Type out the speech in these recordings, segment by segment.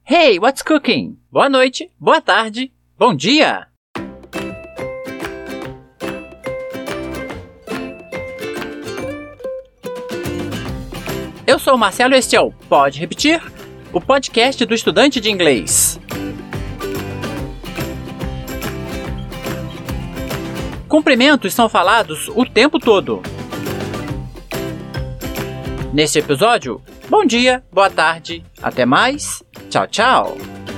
Hey, what's cooking? Boa noite, boa tarde, bom dia! Eu sou o Marcelo e este é o Pode Repetir, o podcast do estudante de inglês. Cumprimentos são falados o tempo todo. Neste episódio, bom dia, boa tarde, até mais, tchau, tchau.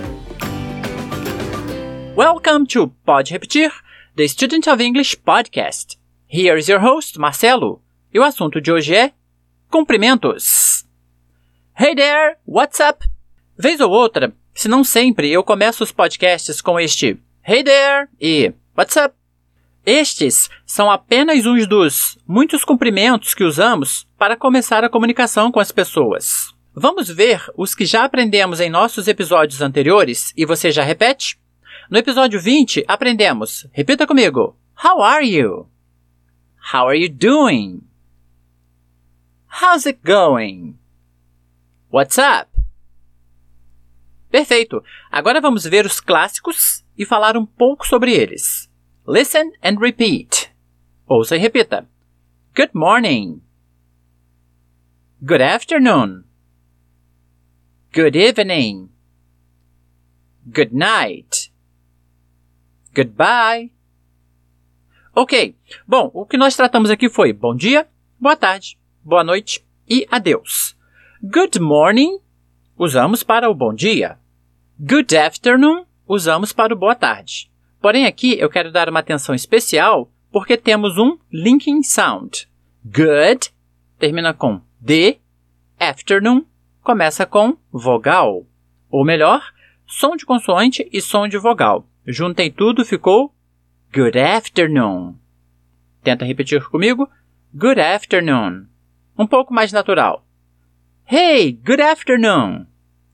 Welcome to Pode Repetir, the Student of English podcast. Here is your host, Marcelo, e o assunto de hoje é cumprimentos. Hey there, what's up? Vez ou outra, se não sempre, eu começo os podcasts com este Hey there e What's up? Estes são apenas uns dos muitos cumprimentos que usamos para começar a comunicação com as pessoas. Vamos ver os que já aprendemos em nossos episódios anteriores e você já repete? No episódio 20, aprendemos, repita comigo, How are you? How are you doing? How's it going? What's up? Perfeito! Agora vamos ver os clássicos e falar um pouco sobre eles. Listen and repeat. Ouça e repita. Good morning. Good afternoon. Good evening. Good night. Goodbye. Ok. Bom, o que nós tratamos aqui foi bom dia, boa tarde, boa noite e adeus. Good morning usamos para o bom dia. Good afternoon usamos para o boa tarde. Porém, aqui eu quero dar uma atenção especial porque temos um linking sound. Good termina com D, afternoon começa com vogal. Ou melhor, som de consoante e som de vogal. Juntei tudo, ficou good afternoon. Tenta repetir comigo. Good afternoon. Um pouco mais natural. Hey, good afternoon.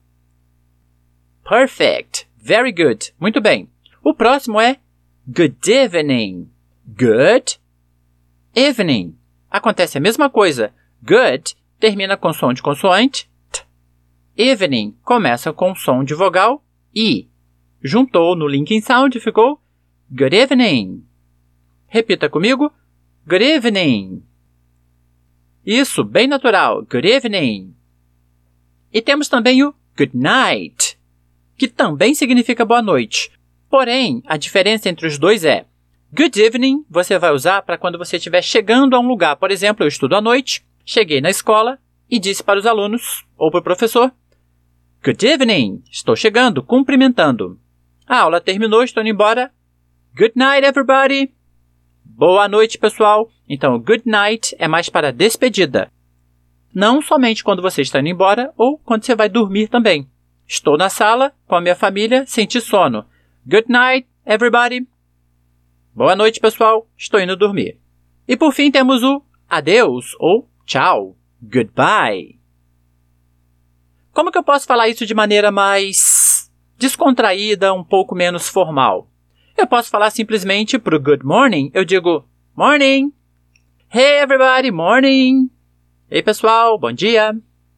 Perfect. Very good. Muito bem. O próximo é good evening. Good evening. Acontece a mesma coisa. Good termina com som de consoante. T. Evening começa com som de vogal. I. Juntou no linking sound e ficou good evening. Repita comigo. Good evening. Isso, bem natural. Good evening. E temos também o good night, que também significa boa noite. Porém, a diferença entre os dois é good evening você vai usar para quando você estiver chegando a um lugar. Por exemplo, eu estudo à noite, cheguei na escola e disse para os alunos ou para o professor good evening, estou chegando, cumprimentando. A aula terminou, estou indo embora. Good night, everybody. Boa noite, pessoal. Então, good night é mais para despedida. Não somente quando você está indo embora ou quando você vai dormir também. Estou na sala com a minha família, senti sono. Good night, everybody. Boa noite, pessoal. Estou indo dormir. E por fim temos o adeus ou tchau. Goodbye. Como que eu posso falar isso de maneira mais descontraída, um pouco menos formal? Eu posso falar simplesmente para o good morning, eu digo morning. Hey, everybody, morning. Ei, pessoal, bom dia.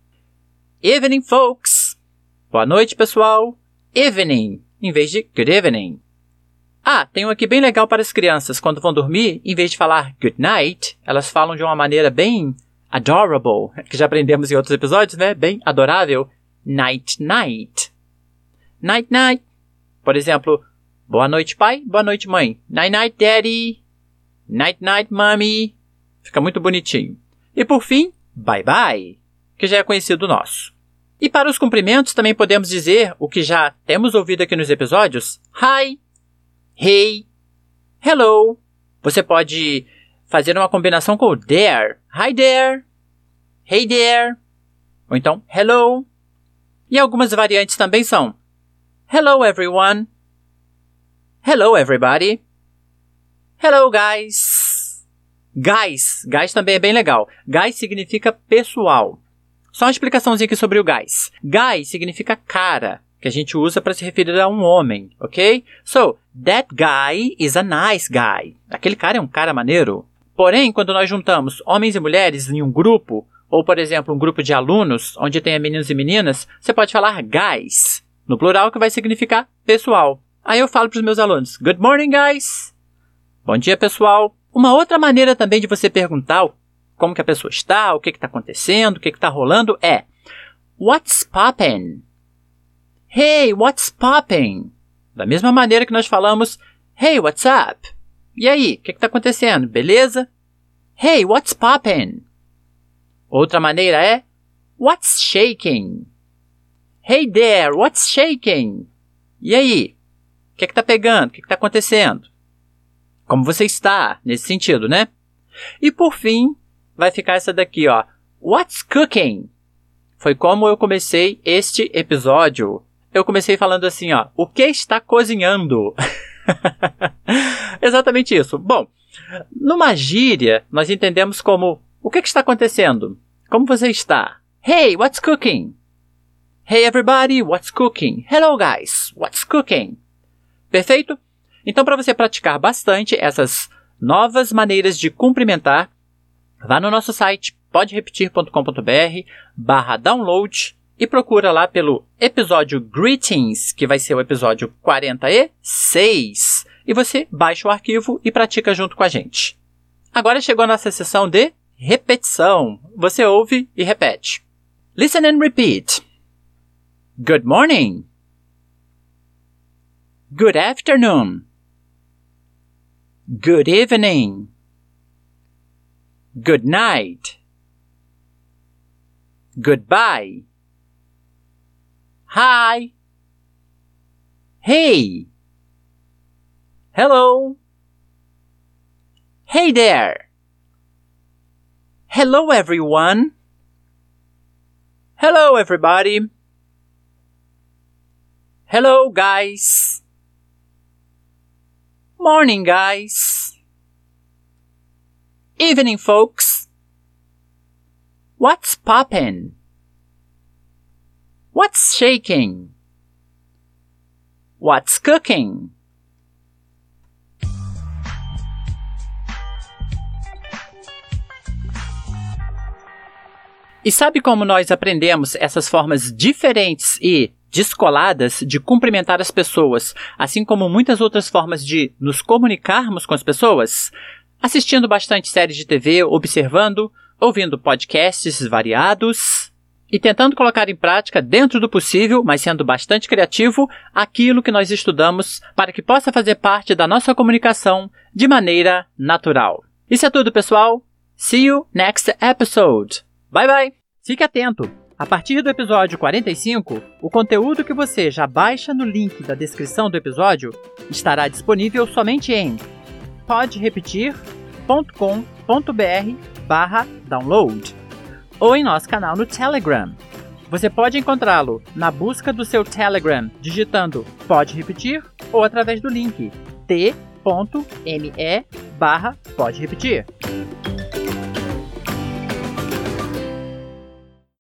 Evening, folks. Boa noite, pessoal. Evening, em vez de good evening. Ah, tem um aqui bem legal para as crianças. Quando vão dormir, em vez de falar good night, elas falam de uma maneira bem adorable, que já aprendemos em outros episódios, né? Bem adorável. Night, night. Night, night. Por exemplo, boa noite, pai. Boa noite, mãe. Night, night, daddy. Night, night, mommy. Fica muito bonitinho. E por fim, bye, bye, que já é conhecido nosso. E para os cumprimentos também podemos dizer o que já temos ouvido aqui nos episódios. Hi, hey, hello. Você pode fazer uma combinação com o there. Hi there, hey there. Ou então, hello. E algumas variantes também são hello everyone, hello everybody, hello guys. Guys também é bem legal. Guys significa pessoal. Só uma explicaçãozinha aqui sobre o guys. Guy significa cara, que a gente usa para se referir a um homem, ok? So, that guy is a nice guy. Aquele cara é um cara maneiro. Porém, quando nós juntamos homens e mulheres em um grupo, ou, por exemplo, um grupo de alunos, onde tem meninos e meninas, você pode falar guys. no plural, que vai significar pessoal. Aí eu falo para os meus alunos, Good morning, guys! Bom dia, pessoal! Uma outra maneira também de você perguntar como que a pessoa está, o que está acontecendo, o que está rolando é What's poppin'? Hey, what's poppin'? Da mesma maneira que nós falamos Hey, what's up? E aí, o que está acontecendo? Beleza? Hey, what's poppin'? Outra maneira é What's shaking? Hey there, what's shaking? E aí? O que está pegando? O que está acontecendo? Como você está? Nesse sentido, né? E por fim, vai ficar essa daqui, ó. What's cooking? Foi como eu comecei este episódio. Eu comecei falando assim, ó. O que está cozinhando? Exatamente isso. Bom, numa gíria, nós entendemos como o que está acontecendo? Como você está? Hey, what's cooking? Hey everybody, what's cooking? Hello guys, what's cooking? Perfeito? Então, para você praticar bastante essas novas maneiras de cumprimentar, vá no nosso site poderepetir.com.br/download e procura lá pelo episódio Greetings, que vai ser o episódio 46, e você baixa o arquivo e pratica junto com a gente. Agora chegou a nossa sessão de repetição. Você ouve e repete. Listen and repeat. Good morning. Good afternoon. Good evening. Good night. Goodbye. Hi. Hey. Hello. Hey there. Hello everyone. Hello everybody. Hello guys. Morning, guys. Evening, folks. What's poppin'? What's shaking? What's cooking? E sabe como nós aprendemos essas formas diferentes e descoladas de cumprimentar as pessoas, assim como muitas outras formas de nos comunicarmos com as pessoas? Assistindo bastante séries de TV, observando, ouvindo podcasts variados e tentando colocar em prática, dentro do possível, mas sendo bastante criativo, aquilo que nós estudamos para que possa fazer parte da nossa comunicação de maneira natural. Isso é tudo, pessoal. See you next episode. Bye, bye. Fique atento. A partir do episódio 45, o conteúdo que você já baixa no link da descrição do episódio estará disponível somente em poderepetir.com.br/download ou em nosso canal no Telegram. Você pode encontrá-lo na busca do seu Telegram digitando Pode Repetir ou através do link t.me/poderepetir.